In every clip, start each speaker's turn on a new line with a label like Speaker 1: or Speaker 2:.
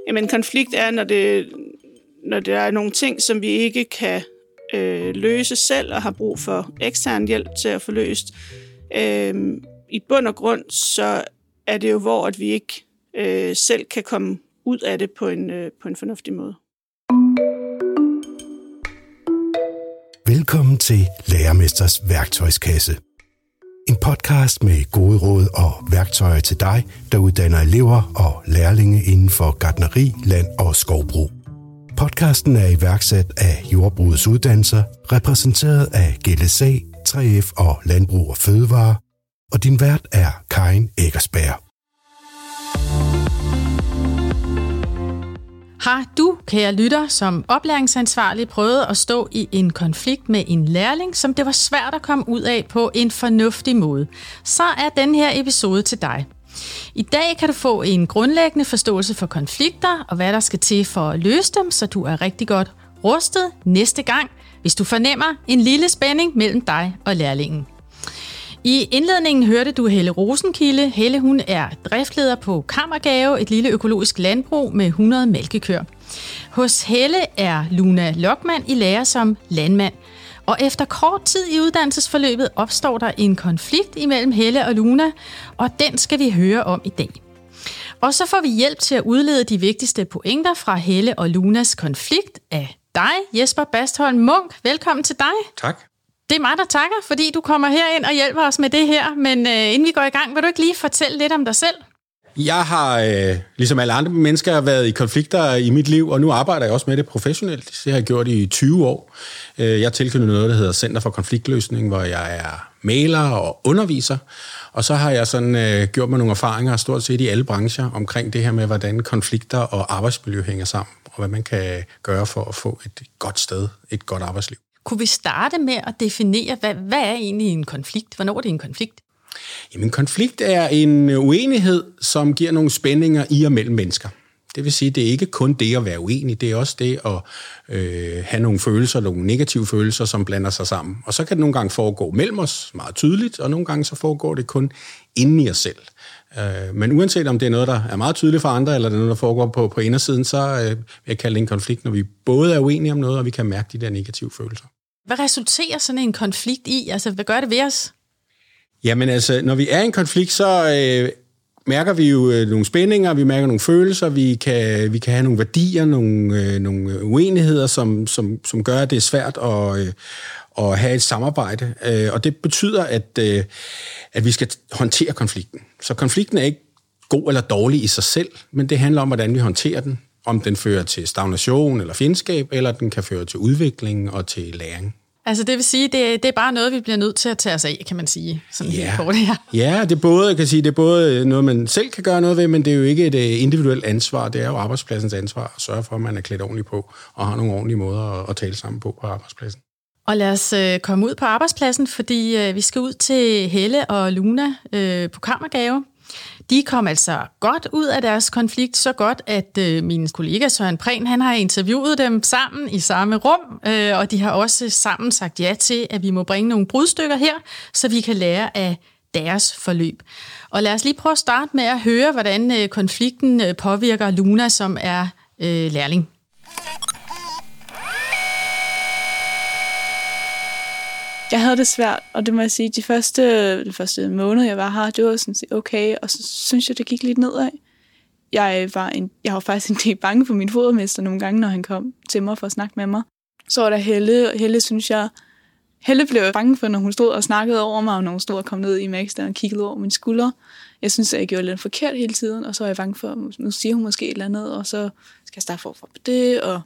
Speaker 1: Jamen, konflikt er, når der er nogle ting, som vi ikke kan løse selv og har brug for ekstern hjælp til at få løst. I bund og grund, så er det jo, hvor at vi ikke selv kan komme ud af det på en fornuftig måde.
Speaker 2: Velkommen til Lærermesters værktøjskasse. En podcast med gode råd og værktøjer til dig, der uddanner elever og lærlinge inden for gartneri, land og skovbrug. Podcasten er iværksat af Jordbrugets Uddannelser, repræsenteret af GLSA, 3F og Landbrug og Fødevare, og din vært er Karin Eckersberg.
Speaker 3: Har du, kære lytter, som oplæringsansvarlig prøvet at stå i en konflikt med en lærling, som det var svært at komme ud af på en fornuftig måde, så er den her episode til dig. I dag kan du få en grundlæggende forståelse for konflikter og hvad der skal til for at løse dem, så du er rigtig godt rustet næste gang, hvis du fornemmer en lille spænding mellem dig og lærlingen. I indledningen hørte du Helle Rosenkilde. Helle, hun er driftleder på Kammergave, et lille økologisk landbrug med 100 mælkekøer. Hos Helle er Luna Lokman i lære som landmand. Og efter kort tid i uddannelsesforløbet opstår der en konflikt imellem Helle og Luna, og den skal vi høre om i dag. Og så får vi hjælp til at udlede de vigtigste pointer fra Helle og Lunas konflikt af dig, Jesper Bastholm Munk. Velkommen til dig.
Speaker 4: Tak.
Speaker 3: Det er mig, der takker, fordi du kommer herind og hjælper os med det her. Men inden vi går i gang, vil du ikke lige fortælle lidt om dig selv?
Speaker 4: Jeg har, ligesom alle andre mennesker, været i konflikter i mit liv, og nu arbejder jeg også med det professionelt. Det har jeg gjort i 20 år. Jeg er tilknyttet noget, der hedder Center for Konfliktløsning, hvor jeg er mægler og underviser. Og så har jeg sådan gjort mig nogle erfaringer, stort set i alle brancher, omkring det her med, hvordan konflikter og arbejdsmiljø hænger sammen, og hvad man kan gøre for at få et godt sted, et godt arbejdsliv.
Speaker 3: Kunne vi starte med at definere, hvad er egentlig en konflikt? Hvornår er det en konflikt?
Speaker 4: Jamen, konflikt er en uenighed, som giver nogle spændinger i og mellem mennesker. Det vil sige, det er ikke kun det at være uenig, det er også det at have nogle følelser, nogle negative følelser, som blander sig sammen. Og så kan det nogle gange foregå mellem os meget tydeligt, og nogle gange så foregår det kun inde i os selv. Men uanset om det er noget, der er meget tydeligt for andre, eller det er noget, der foregår på indersiden, så vil jeg kalde det en konflikt, når vi både er uenige om noget, og vi kan mærke de der negative følelser.
Speaker 3: Hvad resulterer sådan en konflikt i? Altså, hvad gør det ved os?
Speaker 4: Jamen altså, når vi er i en konflikt, så mærker vi jo nogle spændinger, vi mærker nogle følelser, vi kan have nogle værdier, nogle uenigheder, som gør, at det er svært at have et samarbejde. Og det betyder, at vi skal håndtere konflikten. Så konflikten er ikke god eller dårlig i sig selv, men det handler om, hvordan vi håndterer den. Om den fører til stagnation eller fjendskab, eller den kan føre til udvikling og til læring. Altså
Speaker 3: det vil sige, det er bare noget, vi bliver nødt til at tage os af, kan man sige, sådan helt kort her.
Speaker 4: Ja, det er både noget, man selv kan gøre noget ved, men det er jo ikke et individuelt ansvar. Det er jo arbejdspladsens ansvar at sørge for, at man er klædt ordentligt på og har nogle ordentlige måder at tale sammen på arbejdspladsen.
Speaker 3: Og lad os komme ud på arbejdspladsen, fordi vi skal ud til Helle og Luna på Kammergave. De kom altså godt ud af deres konflikt, så godt, at min kollega Søren Prehn, han har interviewet dem sammen i samme rum, og de har også sammen sagt ja til, at vi må bringe nogle brudstykker her, så vi kan lære af deres forløb. Og lad os lige prøve at starte med at høre, hvordan konflikten påvirker Luna, som er lærling.
Speaker 1: Jeg havde det svært, og det må jeg sige, de første måned, jeg var her, det var sådan set okay, og så synes jeg, det gik lidt nedad. Jeg var faktisk en del bange for min fodermester nogle gange, når han kom til mig for at snakke med mig. Så var der Helle, og Helle blev bange for, når hun stod og snakkede over mig, og når hun stod og kom ned i Maxter og kiggede over mine skuldre. Jeg synes, at jeg gjorde lidt forkert hele tiden, og så var jeg bange for, nu siger hun måske et eller andet, og så skal jeg starte forfra på det, og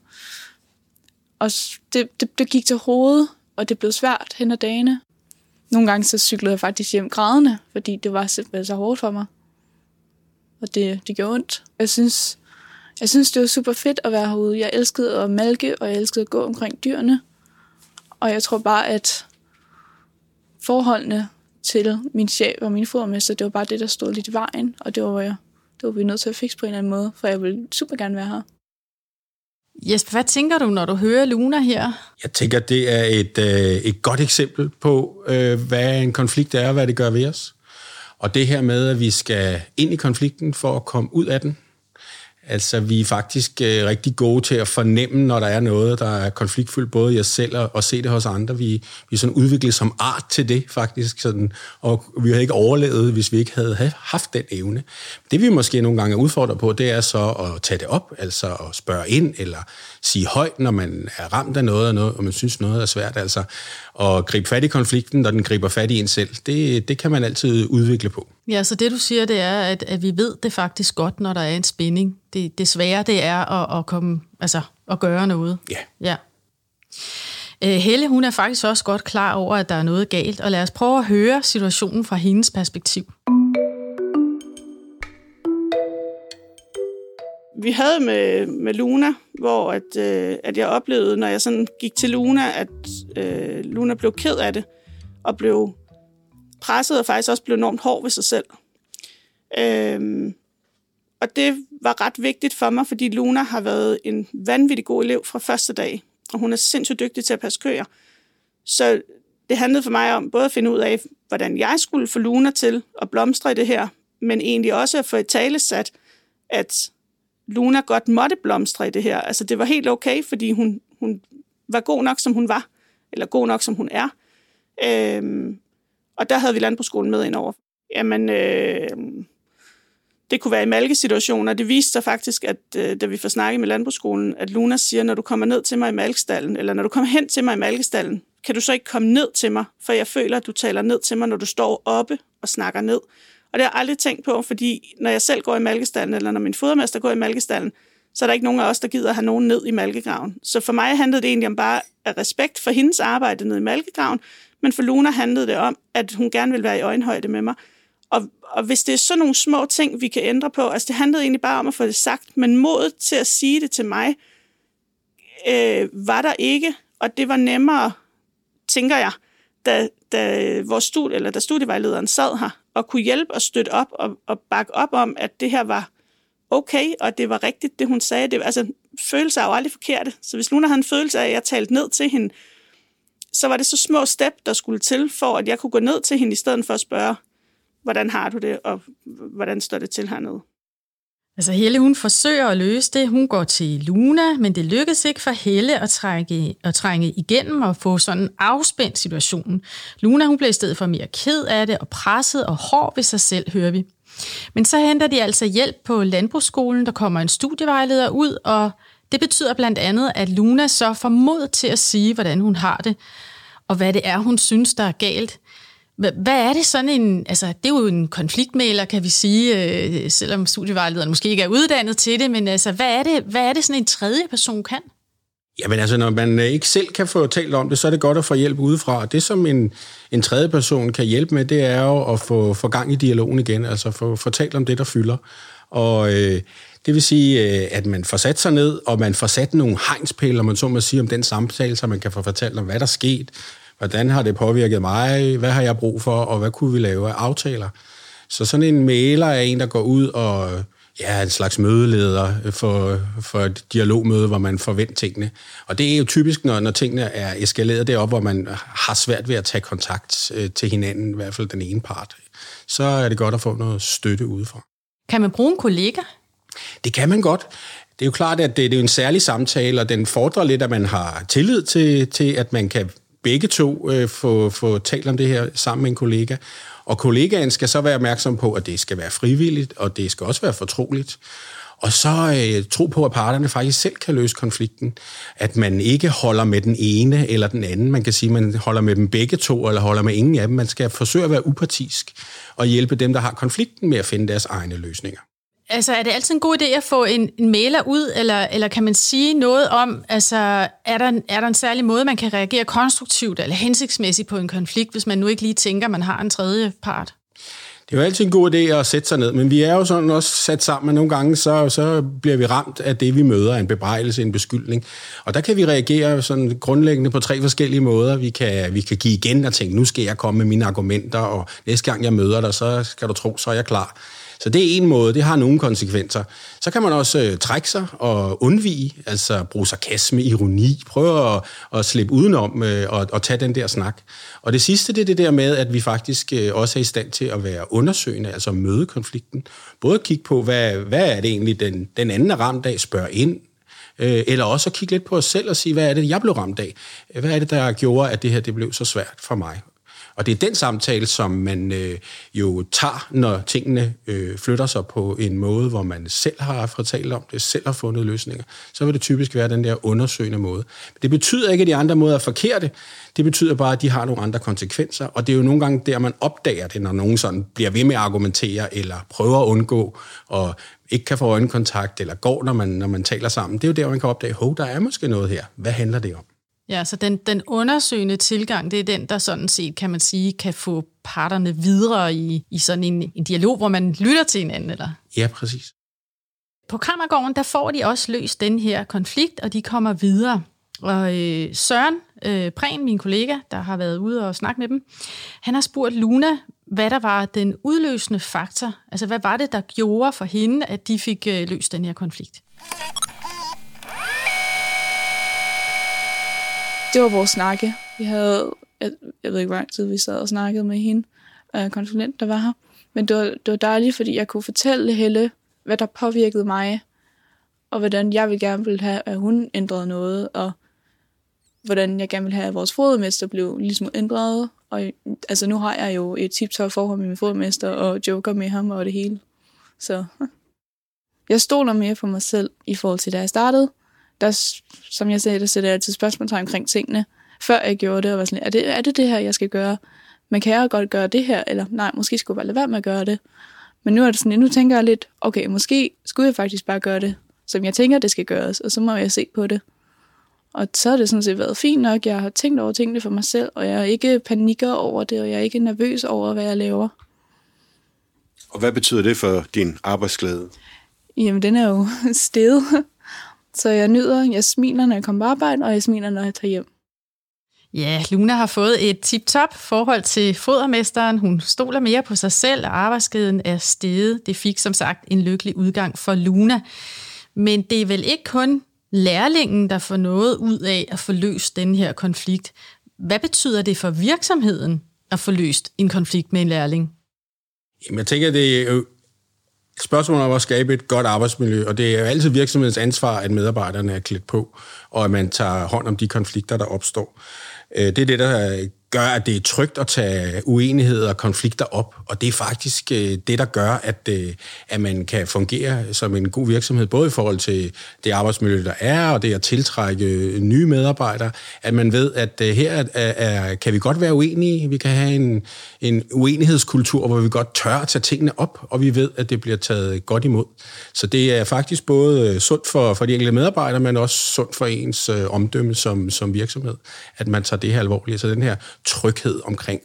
Speaker 1: det gik til hovedet. Og det blev svært hen ad dagene. Nogle gange så cyklede jeg faktisk hjem grædende, fordi det var simpelthen så hårdt for mig. Og det gjorde ondt. Jeg synes, det var super fedt at være herude. Jeg elskede at malke, og jeg elskede at gå omkring dyrene. Og jeg tror bare, at forholdene til min chef og min fodermester, det var bare det, der stod lidt i vejen. Og det var vi nødt til at fikse på en eller anden måde, for jeg ville super gerne være her.
Speaker 3: Jesper, hvad tænker du, når du hører Luna her?
Speaker 4: Jeg tænker, det er et godt eksempel på, hvad en konflikt er, og hvad det gør ved os. Og det her med, at vi skal ind i konflikten for at komme ud af den, Altså, vi er faktisk rigtig gode til at fornemme, når der er noget, der er konfliktfyldt, både i os selv og se det hos andre. Vi er sådan udviklet som art til det, faktisk. Sådan, og vi havde ikke overlevet, hvis vi ikke havde haft den evne. Det, vi måske nogle gange er udfordret på, det er så at tage det op, altså at spørge ind, eller sige højt, når man er ramt af noget, og man synes, noget er svært. Altså, at gribe fat i konflikten, når den griber fat i en selv, det kan man altid udvikle på.
Speaker 3: Ja, så det du siger, det er, at vi ved det faktisk godt, når der er en spænding. Det svære, det er at komme, altså at gøre noget.
Speaker 4: Ja.
Speaker 3: Helle, hun er faktisk også godt klar over, at der er noget galt, og lad os prøve at høre situationen fra hendes perspektiv.
Speaker 5: Vi havde med Luna, hvor at jeg oplevede, når jeg sådan gik til Luna, at Luna blev ked af det, og blev presset, og faktisk også blev enormt hård ved sig selv. Og det var ret vigtigt for mig, fordi Luna har været en vanvittig god elev fra første dag, og hun er sindssygt dygtig til at passe køer. Så det handlede for mig om både at finde ud af, hvordan jeg skulle få Luna til at blomstre i det her, men egentlig også at få et talesat, at Luna godt måtte blomstre i det her. Altså det var helt okay, fordi hun var god nok, som hun var, eller god nok, som hun er. Og der havde vi landbrugsskolen med indover. Jamen, det kunne være i malkesituationer. Det viste sig faktisk, at da vi får snakket med landbrugsskolen, at Luna siger, når du kommer ned til mig i malkestallen, eller når du kommer hen til mig i malkestallen, kan du så ikke komme ned til mig, for jeg føler, at du taler ned til mig, når du står oppe og snakker ned. Og det har jeg aldrig tænkt på, fordi når jeg selv går i malkestallen, eller når min fodermester går i malkestallen, så er der ikke nogen af os, der gider at have nogen ned i malkegraven. Så for mig handlede det egentlig om bare af respekt for hendes arbejde nede i malkegraven, men for Luna handlede det om, at hun gerne ville være i øjenhøjde med mig. Og hvis det er sådan nogle små ting, vi kan ændre på, altså det handlede egentlig bare om at få det sagt, men modet til at sige det til mig, var der ikke, og det var nemmere, tænker jeg, da studievejlederen sad her, og kunne hjælpe og støtte op og bakke op om, at det her var okay, og det var rigtigt, det hun sagde. Altså, følelser er jo aldrig forkerte. Så hvis Luna havde en følelse af, at jeg talte ned til hende, så var det så små step, der skulle til, for at jeg kunne gå ned til hende, i stedet for at spørge, hvordan har du det, og hvordan står det til hernede?
Speaker 3: Altså Helle, hun forsøger at løse det. Hun går til Luna, men det lykkes ikke for Helle at trænge igennem og få sådan en afspændt situation. Luna, hun bliver i stedet for mere ked af det og presset og hård ved sig selv, hører vi. Men så henter de altså hjælp på landbrugsskolen. Der kommer en studievejleder ud, og det betyder blandt andet, at Luna så får mod til at sige, hvordan hun har det, og hvad det er, hun synes, der er galt. Hvad er det sådan en, altså det er jo en konfliktmægler, kan vi sige, selvom studievejlederen måske ikke er uddannet til det, men altså hvad er det sådan en tredje person kan?
Speaker 4: Jamen altså, når man ikke selv kan få talt om det, så er det godt at få hjælp udefra. Det, som en tredje person kan hjælpe med, det er jo at få gang i dialogen igen, altså få talt om det, der fylder. Og det vil sige, at man får sat sig ned, og man får sat nogle hegnspæle, og man så må sige om den samtale, så man kan få fortalt om, hvad der skete, hvordan har det påvirket mig, hvad har jeg brug for, og hvad kunne vi lave af aftaler. Så sådan en mægler er en, der går ud og en slags mødeleder for et dialogmøde, hvor man forventer tingene. Og det er jo typisk, når tingene er eskaleret derop, hvor man har svært ved at tage kontakt til hinanden, i hvert fald den ene part. Så er det godt at få noget støtte udefra.
Speaker 3: Kan man bruge en kollega?
Speaker 4: Det kan man godt. Det er jo klart, at det er en særlig samtale, og den fordrer lidt, at man har tillid til at man kan begge to få talt om det her sammen med en kollega. Og kollegaen skal så være opmærksom på, at det skal være frivilligt, og det skal også være fortroligt. Og så tro på, at parterne faktisk selv kan løse konflikten. At man ikke holder med den ene eller den anden. Man kan sige, at man holder med dem begge to, eller holder med ingen af dem. Man skal forsøge at være upartisk og hjælpe dem, der har konflikten, med at finde deres egne løsninger.
Speaker 3: Altså, er det altid en god idé at få en mægler ud, eller kan man sige noget om, altså, er der en særlig måde, man kan reagere konstruktivt eller hensigtsmæssigt på en konflikt, hvis man nu ikke lige tænker, man har en tredje part?
Speaker 4: Det er jo altid en god idé at sætte sig ned, men vi er jo sådan også sat sammen, og nogle gange så bliver vi ramt af det, vi møder, en bebrejdelse, en beskyldning. Og der kan vi reagere sådan grundlæggende på 3 forskellige måder. Vi kan give igen og tænke, nu skal jeg komme med mine argumenter, og næste gang jeg møder dig, så skal du tro, så er jeg klar. Så det er en måde, det har nogle konsekvenser. Så kan man også trække sig og undvige, altså bruge sarkasme, ironi, prøve at slippe udenom og tage den der snak. Og det sidste, det er det der med, at vi faktisk også er i stand til at være undersøgende, altså møde konflikten. Både at kigge på, hvad er det egentlig, den anden er ramt af, spørge ind, eller også at kigge lidt på os selv og sige, hvad er det, jeg blev ramt af? Hvad er det, der gjorde, at det her det blev så svært for mig? Og det er den samtale, som man jo tager, når tingene flytter sig på en måde, hvor man selv har fortalt om det, selv har fundet løsninger. Så vil det typisk være den der undersøgende måde. Det betyder ikke, at de andre måder er forkerte. Det betyder bare, at de har nogle andre konsekvenser. Og det er jo nogle gange der, man opdager det, når nogen sådan bliver ved med at argumentere, eller prøver at undgå, og ikke kan få øjenkontakt, eller går, når man taler sammen. Det er jo der, man kan opdage, der er måske noget her. Hvad handler det om?
Speaker 3: Ja, så den undersøgende tilgang, det er den, der sådan set, kan man sige, kan få parterne videre i sådan en dialog, hvor man lytter til hinanden, eller?
Speaker 4: Ja, præcis.
Speaker 3: På Kammergården, der får de også løst den her konflikt, og de kommer videre. Og Søren Prehn, min kollega, der har været ude og snakke med dem, han har spurgt Luna, hvad der var den udløsende faktor. Altså, hvad var det, der gjorde for hende, at de fik løst den her konflikt?
Speaker 1: Det var vores snakke. Vi havde, jeg ved ikke, hvor lang tid vi sad og snakkede med hende, konsulent, der var her. Men det var dejligt, fordi jeg kunne fortælle Helle, hvad der påvirkede mig, og hvordan jeg gerne ville have, at hun ændrede noget, og hvordan jeg gerne ville have, at vores fodermester blev ligesom ændret. Og altså, nu har jeg jo et tip-top forhold med min fodermester, og joker med ham og det hele. Så jeg stoler mere på mig selv i forhold til, da jeg startede. Der, som jeg sagde, der sætter jeg altid spørgsmålstegn omkring tingene, før jeg gjorde det, og var sådan, er det her, jeg skal gøre? Men kan jeg godt gøre det her? Eller nej, måske skulle jeg bare lade være med at gøre det. Men nu er det sådan, nu tænker jeg lidt, okay, måske skulle jeg faktisk bare gøre det, som jeg tænker, det skal gøres, og så må jeg se på det. Og så har det sådan set været fint nok. Jeg har tænkt over tingene for mig selv, og jeg er ikke panikker over det, og jeg er ikke nervøs over, hvad jeg laver.
Speaker 2: Og hvad betyder det for din arbejdsglæde?
Speaker 1: Jamen, den er jo steget. Så jeg smiler, når jeg kommer på arbejde, og jeg smiler, når jeg tager hjem.
Speaker 3: Ja, Luna har fået et tip-top forhold til fodermesteren. Hun stoler mere på sig selv, og arbejdsglæden er steget. Det fik som sagt en lykkelig udgang for Luna. Men det er vel ikke kun lærlingen, der får noget ud af at få løst den her konflikt. Hvad betyder det for virksomheden at få løst en konflikt med en lærling?
Speaker 4: Jamen, jeg tænker, det er jo spørgsmålet om at skabe et godt arbejdsmiljø, og det er jo altid virksomhedens ansvar, at medarbejderne er klædt på, og at man tager hånd om de konflikter, der opstår. Det er det, der gør, at det er trygt at tage uenigheder og konflikter op, og det er faktisk det, der gør, at man kan fungere som en god virksomhed, både i forhold til det arbejdsmiljø, der er, og det at tiltrække nye medarbejdere, at man ved, at her kan vi godt være uenige, vi kan have en uenighedskultur, hvor vi godt tør at tage tingene op, og vi ved, at det bliver taget godt imod. Så det er faktisk både sundt for de enkelte medarbejdere, men også sundt for ens omdømme som virksomhed, at man tager det her alvorligt. Så den her tryghed omkring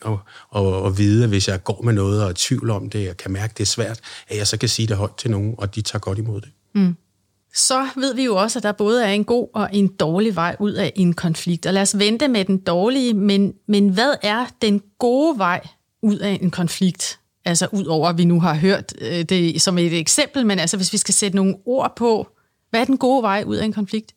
Speaker 4: at vide, hvis jeg går med noget og er i tvivl om det, og kan mærke, det er svært, at jeg så kan sige det højt til nogen, og de tager godt imod det.
Speaker 3: Mm. Så ved vi jo også, at der både er en god og en dårlig vej ud af en konflikt. Og lad os vente med den dårlige, men hvad er den gode vej ud af en konflikt? Altså ud over, at vi nu har hørt det som et eksempel, men altså hvis vi skal sætte nogle ord på, hvad er den gode vej ud af en konflikt?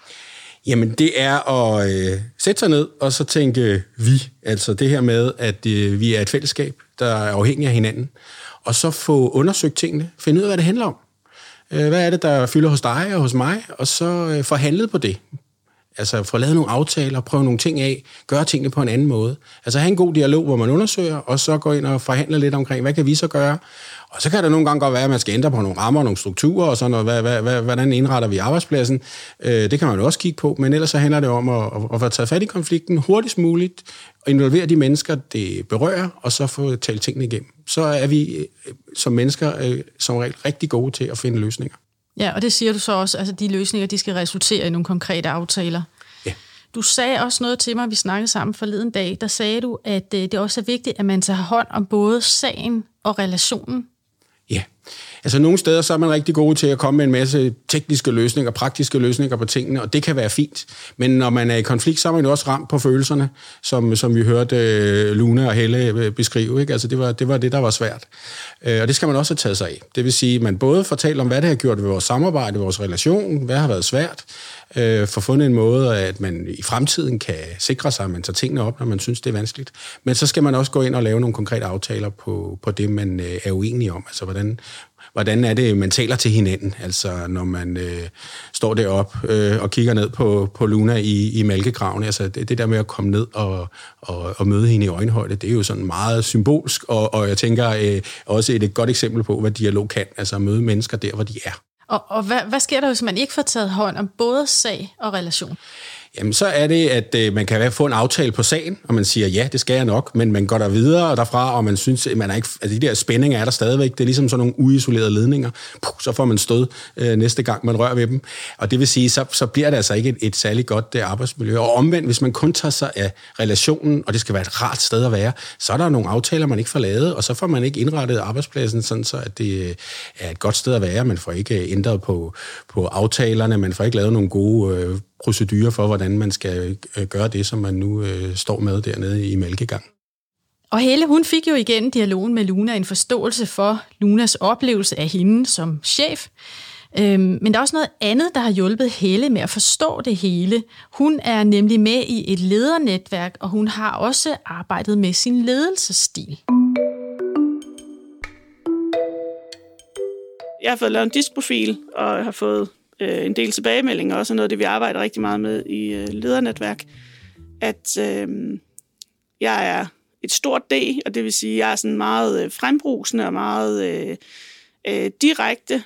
Speaker 4: Jamen, det er at sætte sig ned og så tænke vi. Altså det her med, at vi er et fællesskab, der er afhængige af hinanden. Og så få undersøgt tingene. Finde ud af, hvad det handler om. Hvad er det, der fylder hos dig og hos mig? Og så få handlet på det. Altså få lavet nogle aftaler, prøve nogle ting af, gøre tingene på en anden måde. Altså have en god dialog, hvor man undersøger, og så gå ind og forhandle lidt omkring, hvad kan vi så gøre? Og så kan der nogle gange godt være, at man skal ændre på nogle rammer, nogle strukturer, og sådan noget. Hvordan indretter vi arbejdspladsen? Det kan man jo også kigge på, men ellers så handler det om at få taget fat i konflikten hurtigst muligt, og involvere de mennesker, det berører, og så få talt tingene igennem. Så er vi som mennesker som regel rigtig gode til at finde løsninger.
Speaker 3: Ja, og det siger du så også, altså de løsninger, de skal resultere i nogle konkrete aftaler.
Speaker 4: Ja.
Speaker 3: Du sagde også noget til mig, vi snakkede sammen forleden dag, der sagde du, at det også er vigtigt, at man tager hånd om både sagen og relationen.
Speaker 4: Ja, Altså nogle steder så er man rigtig god til at komme med en masse tekniske løsninger, praktiske løsninger på tingene, og det kan være fint. Men når man er i konflikt, så er man jo også ramt på følelserne, som vi hørte Luna og Helle beskrive. Ikke? Altså det var det, der var svært. Og det skal man også have taget sig af. Det vil sige, at man både fortæller om, hvad det har gjort ved vores samarbejde, vores relation, hvad har været svært, for fundet en måde, at man i fremtiden kan sikre sig, at man tager tingene op, når man synes, det er vanskeligt. Men så skal man også gå ind og lave nogle konkrete aftaler på det, man er uenig om. Altså hvordan er det, man taler til hinanden, altså når man står deroppe og kigger ned på Luna i mælkegraven. Altså det der med at komme ned og møde hende i øjenhøjde, det er jo sådan meget symbolsk, og jeg tænker også et godt eksempel på, hvad dialog kan, altså at møde mennesker der, hvor de er.
Speaker 3: Og hvad sker der, hvis man ikke får taget hånd om både sag og relation?
Speaker 4: Jamen, så er det, at man kan få en aftale på sagen, og man siger, ja, det skal jeg nok, men man går der videre og derfra, og man synes, man er ikke, altså de der spændinger er der stadigvæk. Det er ligesom sådan nogle uisolerede ledninger. Så får man stød næste gang, man rører ved dem. Og det vil sige, så bliver det altså ikke et særligt godt arbejdsmiljø. Og omvendt, hvis man kun tager sig af relationen, og det skal være et rart sted at være, så er der nogle aftaler, man ikke får lavet, og så får man ikke indrettet arbejdspladsen, sådan så at det er et godt sted at være. Man får ikke ændret på aftalerne, man får ikke lavet nogle gode procedurer for, hvordan man skal gøre det, som man nu står med dernede i mælkegang.
Speaker 3: Og Helle, hun fik jo igen dialogen med Luna en forståelse for Lunas oplevelse af hende som chef. Men der er også noget andet, der har hjulpet Helle med at forstå det hele. Hun er nemlig med i et ledernetværk, og hun har også arbejdet med sin ledelsesstil.
Speaker 5: Jeg har fået lavet en diskprofil, og har fået en del tilbagemeldinger, også noget af det, vi arbejder rigtig meget med i ledernetværk, at jeg er et stort D, og det vil sige, at jeg er sådan meget frembrusende og meget direkte.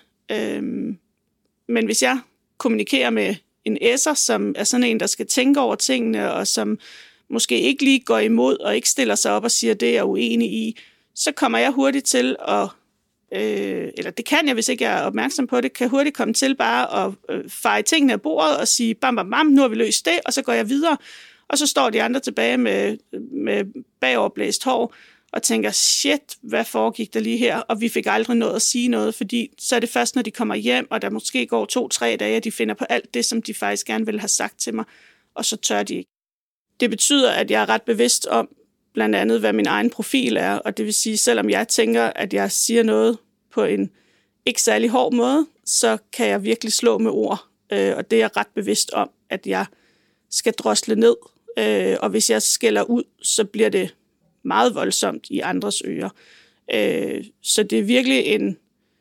Speaker 5: Men hvis jeg kommunikerer med en S'er, som er sådan en, der skal tænke over tingene, og som måske ikke lige går imod, og ikke stiller sig op og siger, det er jeg uenig i, så kommer jeg hurtigt til at eller det kan jeg, hvis ikke jeg er opmærksom på det, kan hurtigt komme til bare at feje tingene af bordet og sige, bam, bam, bam, nu har vi løst det, og så går jeg videre. Og så står de andre tilbage med bagoverblæst hår og tænker, shit, hvad foregik der lige her? Og vi fik aldrig noget at sige noget, fordi så er det først, når de kommer hjem, og der måske går 2-3 dage, at de finder på alt det, som de faktisk gerne ville have sagt til mig, og så tør de ikke. Det betyder, at jeg er ret bevidst om, blandt andet, hvad min egen profil er, og det vil sige, selvom jeg tænker, at jeg siger noget på en ikke særlig hård måde, så kan jeg virkelig slå med ord, og det er jeg ret bevidst om, at jeg skal drosle ned, og hvis jeg skælder ud, så bliver det meget voldsomt i andres ører. Så det er virkelig en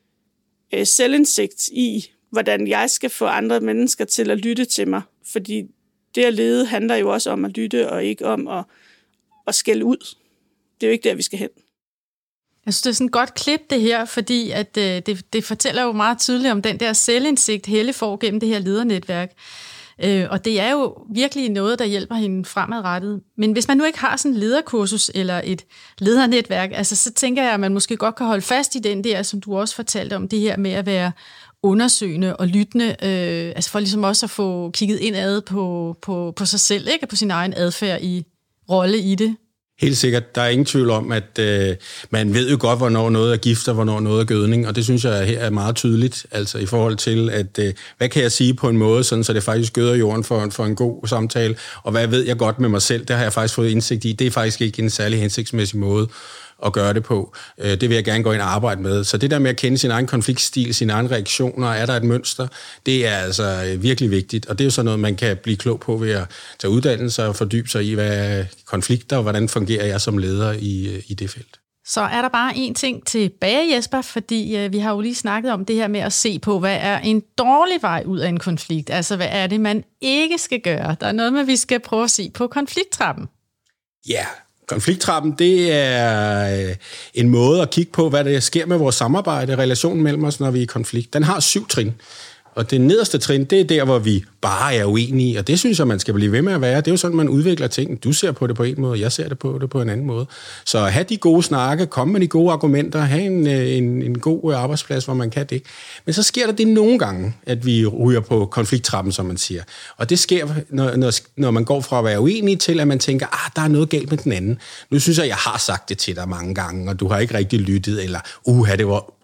Speaker 5: selvindsigt i, hvordan jeg skal få andre mennesker til at lytte til mig, fordi det at lede handler jo også om at lytte, og ikke om at skælde ud. Det er jo ikke der, vi skal hen.
Speaker 3: Jeg synes, det er sådan et godt klip, det her, fordi at det fortæller jo meget tydeligt om den der selvindsigt, Helle får gennem det her ledernetværk. Og det er jo virkelig noget, der hjælper hende fremadrettet. Men hvis man nu ikke har sådan en lederkursus eller et ledernetværk, altså, så tænker jeg, at man måske godt kan holde fast i den der, som du også fortalte om, det her med at være undersøgende og lyttende, altså for ligesom også at få kigget indad på sig selv, ikke? På sin egen adfærd i rolle i det.
Speaker 4: Helt sikkert. Der er ingen tvivl om, at man ved jo godt, hvornår noget er gift, og hvornår noget er gødning, og det synes jeg her er meget tydeligt, altså i forhold til, at hvad kan jeg sige på en måde, sådan, så det faktisk gøder jorden for en god samtale, og hvad ved jeg godt med mig selv, det har jeg faktisk fået indsigt i, det er faktisk ikke en særlig hensigtsmæssig måde at gøre det på. Det vil jeg gerne gå ind og arbejde med. Så det der med at kende sin egen konfliktstil, sine egne reaktioner, er der et mønster, det er altså virkelig vigtigt, og det er jo sådan noget, man kan blive klog på ved at tage uddannelse og fordybe sig i, hvad er konflikter, og hvordan fungerer jeg som leder i det felt.
Speaker 3: Så er der bare en ting tilbage, Jesper, fordi vi har jo lige snakket om det her med at se på, hvad er en dårlig vej ud af en konflikt, altså hvad er det, man ikke skal gøre. Der er noget med, vi skal prøve at se på konflikttrappen.
Speaker 4: Ja, konflikttrappen, det er en måde at kigge på, hvad der sker med vores samarbejde, relationen mellem os, når vi er i konflikt. Den har 7 trin, og det nederste trin, det er der, hvor vi bare er uenige, og det synes jeg, man skal blive ved med at være. Det er jo sådan, man udvikler ting. Du ser på det på en måde, jeg ser det på en anden måde. Så have de gode snakke, komme med de gode argumenter, have en god arbejdsplads, hvor man kan det. Men så sker der det nogle gange, at vi ryger på konflikttrappen, som man siger. Og det sker, når man går fra at være uenig til, at man tænker, der er noget galt med den anden. Nu synes jeg har sagt det til dig mange gange, og du har ikke rigtig lyttet, eller det var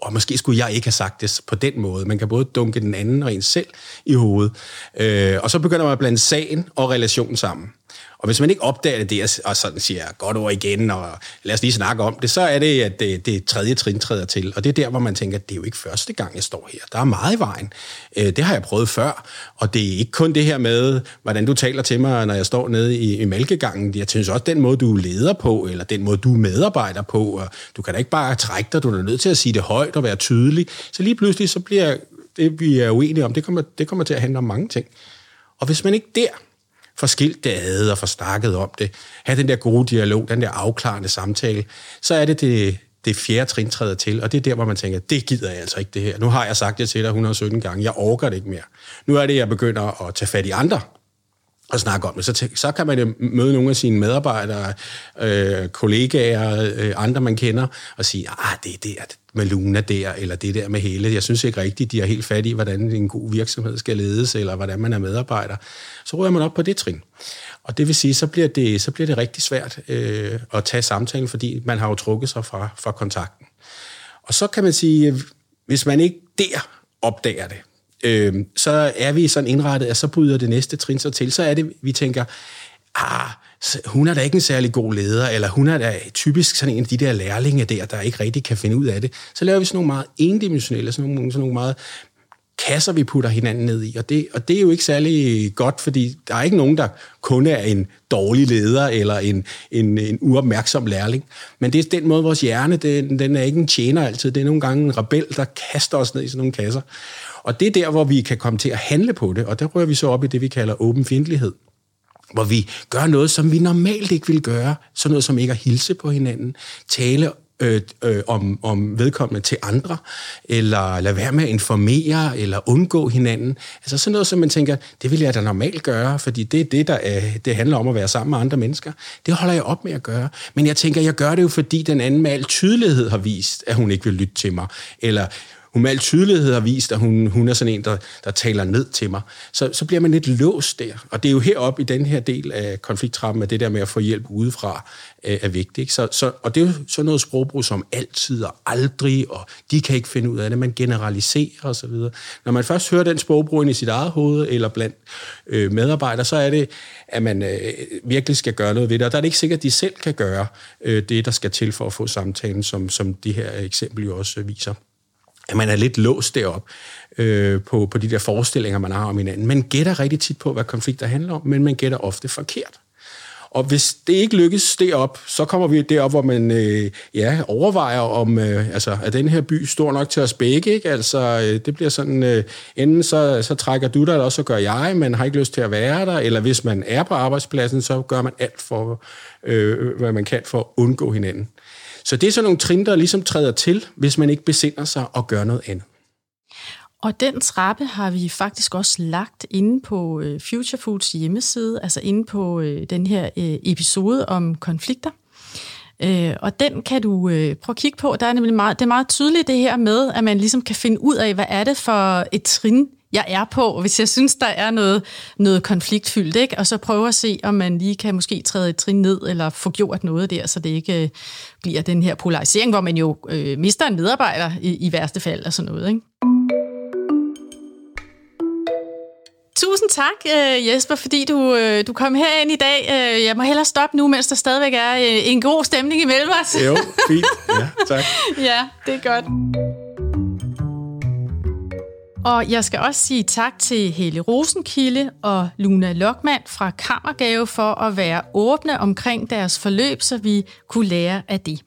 Speaker 4: og måske skulle jeg ikke have sagt det på den måde. Man kan både dunke den anden og en selv i hovedet. Og så begynder man at blande sagen og relationen sammen. Og hvis man ikke opdager det, og sådan siger godt ord igen, og lad os lige snakke om det, så er det, at det tredje trin træder til. Og det er der, hvor man tænker, at det er jo ikke første gang, jeg står her. Der er meget i vejen. Det har jeg prøvet før. Og det er ikke kun det her med, hvordan du taler til mig, når jeg står nede i mælkegangen. Jeg synes også, den måde, du leder på, eller den måde, du medarbejder på. Og du kan da ikke bare trække dig, du er nødt til at sige det højt og være tydelig. Så lige pludselig, så bliver det, vi er uenige om, det kommer til at handle om mange ting. Og hvis man ikke der får skilt det ad og får snakket om det, have den der gode dialog, den der afklarende samtale, så er det fjerde trin træder til, og det er der, hvor man tænker, det gider jeg altså ikke det her. Nu har jeg sagt det til dig 117 gange, jeg orker det ikke mere. Nu er det, jeg begynder at tage fat i andre og snakke om det. Så kan man jo møde nogle af sine medarbejdere, kollegaer, andre man kender, og sige, det er der med Luna der, eller det der med Helle. Jeg synes ikke rigtigt, de er helt fat i, hvordan en god virksomhed skal ledes, eller hvordan man er medarbejder. Så ryger man op på det trin. Og det vil sige, så bliver det rigtig svært at tage samtalen, fordi man har jo trukket sig fra kontakten. Og så kan man sige, hvis man ikke der opdager det, så er vi sådan indrettet, at så bryder det næste trin så til. Så er det, vi tænker, hun er da ikke en særlig god leder, eller hun er da typisk sådan en af de der lærlinge der ikke rigtig kan finde ud af det. Så laver vi sådan nogle meget endimensionelle, sådan nogle meget kasser, vi putter hinanden ned i. Og det er jo ikke særlig godt, fordi der er ikke nogen, der kun er en dårlig leder eller en uopmærksom lærling. Men det er den måde, vores hjerne, den er ikke en tjener altid. Det er nogle gange en rebel, der kaster os ned i sådan nogle kasser. Og det er der, hvor vi kan komme til at handle på det, og der rører vi så op i det, vi kalder åben fjendtlighed, hvor vi gør noget, som vi normalt ikke vil gøre, sådan noget som ikke at hilse på hinanden, tale om vedkommende til andre, eller lade være med at informere, eller undgå hinanden. Altså sådan noget, som man tænker, det vil jeg da normalt gøre, fordi det er det, det handler om at være sammen med andre mennesker. Det holder jeg op med at gøre. Men jeg tænker, jeg gør det jo, fordi den anden med al tydelighed har vist, at hun ikke vil lytte til mig, eller hun med al tydelighed har vist, at hun er sådan en, der taler ned til mig. Så bliver man lidt låst der. Og det er jo heroppe i den her del af konflikttrappen, at det der med at få hjælp udefra er vigtigt. Og det er jo sådan noget sprogbrug som altid og aldrig, og de kan ikke finde ud af det. Man generaliserer osv. Når man først hører den sprogbrug ind i sit eget hoved, eller blandt medarbejdere, så er det, at man virkelig skal gøre noget ved det. Og der er det ikke sikkert, at de selv kan gøre det, der skal til for at få samtalen, som de her eksempel jo også viser. At man er lidt låst derop på de der forestillinger, man har om hinanden. Man gætter rigtig tit på, hvad konflikter handler om, men man gætter ofte forkert. Og hvis det ikke lykkes derop, så kommer vi derop, hvor man overvejer om, er den her by stor nok til os begge, ikke? Altså, det bliver sådan, enten så trækker du dig, eller så gør jeg, men har ikke lyst til at være der, eller hvis man er på arbejdspladsen, så gør man alt for, hvad man kan for at undgå hinanden. Så det er sådan nogle trin, der ligesom træder til, hvis man ikke besinder sig og gør noget andet.
Speaker 3: Og den trappe har vi faktisk også lagt inde på Future Foods hjemmeside, altså inde på den her episode om konflikter. Og den kan du prøve at kigge på. Der er nemlig det er meget tydeligt det her med, at man ligesom kan finde ud af, hvad er det for et trin, jeg er på, hvis jeg synes, der er noget konfliktfyldt, ikke? Og så prøve at se, om man lige kan måske træde et trin ned, eller få gjort noget der, så det ikke bliver den her polarisering, hvor man jo mister en medarbejder i værste fald og sådan noget, ikke? Tusind tak, Jesper, fordi du kom herind i dag. Jeg må hellere stoppe nu, mens der stadigvæk er en god stemning imellem os.
Speaker 4: Jo, fint. Ja, tak.
Speaker 3: Ja, det er godt. Og jeg skal også sige tak til Helle Rosenkilde og Luna Lokman fra Kammergave for at være åbne omkring deres forløb, så vi kunne lære af det.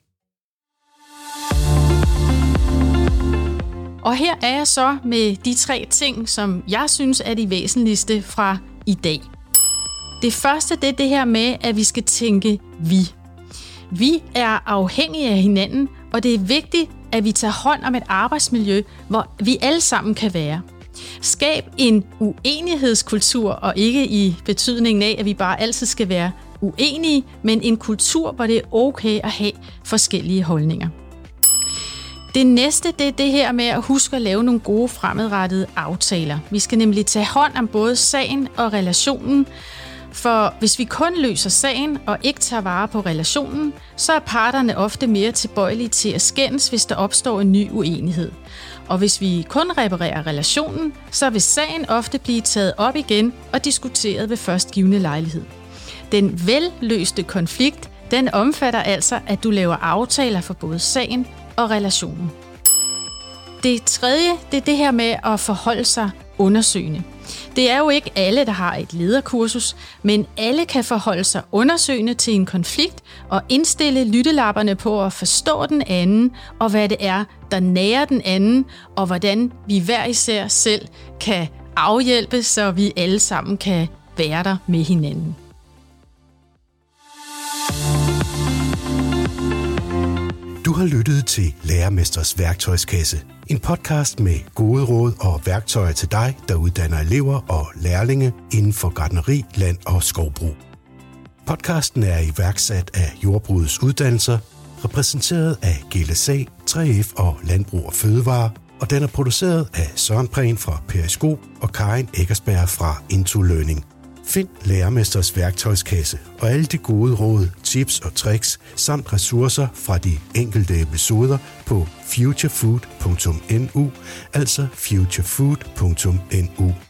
Speaker 3: Og her er jeg så med de 3 ting, som jeg synes er de væsentligste fra i dag. Det første, det er det her med, at vi skal tænke vi. Vi er afhængige af hinanden, og det er vigtigt, at vi tager hånd om et arbejdsmiljø, hvor vi alle sammen kan være. Skab en uenighedskultur, og ikke i betydningen af, at vi bare altid skal være uenige, men en kultur, hvor det er okay at have forskellige holdninger. Det næste, det er det her med at huske at lave nogle gode fremadrettede aftaler. Vi skal nemlig tage hånd om både sagen og relationen, For hvis vi kun løser sagen og ikke tager vare på relationen, så er parterne ofte mere tilbøjelige til at skændes, hvis der opstår en ny uenighed. Og hvis vi kun reparerer relationen, så vil sagen ofte blive taget op igen og diskuteret ved førstgivende lejlighed. Den velløste konflikt, den omfatter altså, at du laver aftaler for både sagen og relationen. Det tredje, det er det her med at forholde sig undersøgende. Det er jo ikke alle, der har et lederkursus, men alle kan forholde sig undersøgende til en konflikt og indstille lyttelapperne på at forstå den anden, og hvad det er, der nærer den anden, og hvordan vi hver især selv kan afhjælpe, så vi alle sammen kan være der med hinanden.
Speaker 2: Du har lyttet til Lærermesters værktøjskasse. En podcast med gode råd og værktøjer til dig, der uddanner elever og lærlinge inden for gartneri, land og skovbrug. Podcasten er iværksat af Jordbrugets Uddannelser, repræsenteret af GLSA, 3F og Landbrug og Fødevare, og den er produceret af Søren Prehn fra Periskop og Karin Eckersberg fra Into Learning. Find Lærermesters værktøjskasse og alle de gode råd, tips og tricks samt ressourcer fra de enkelte episoder på futurefood.nu, altså futurefood.nu.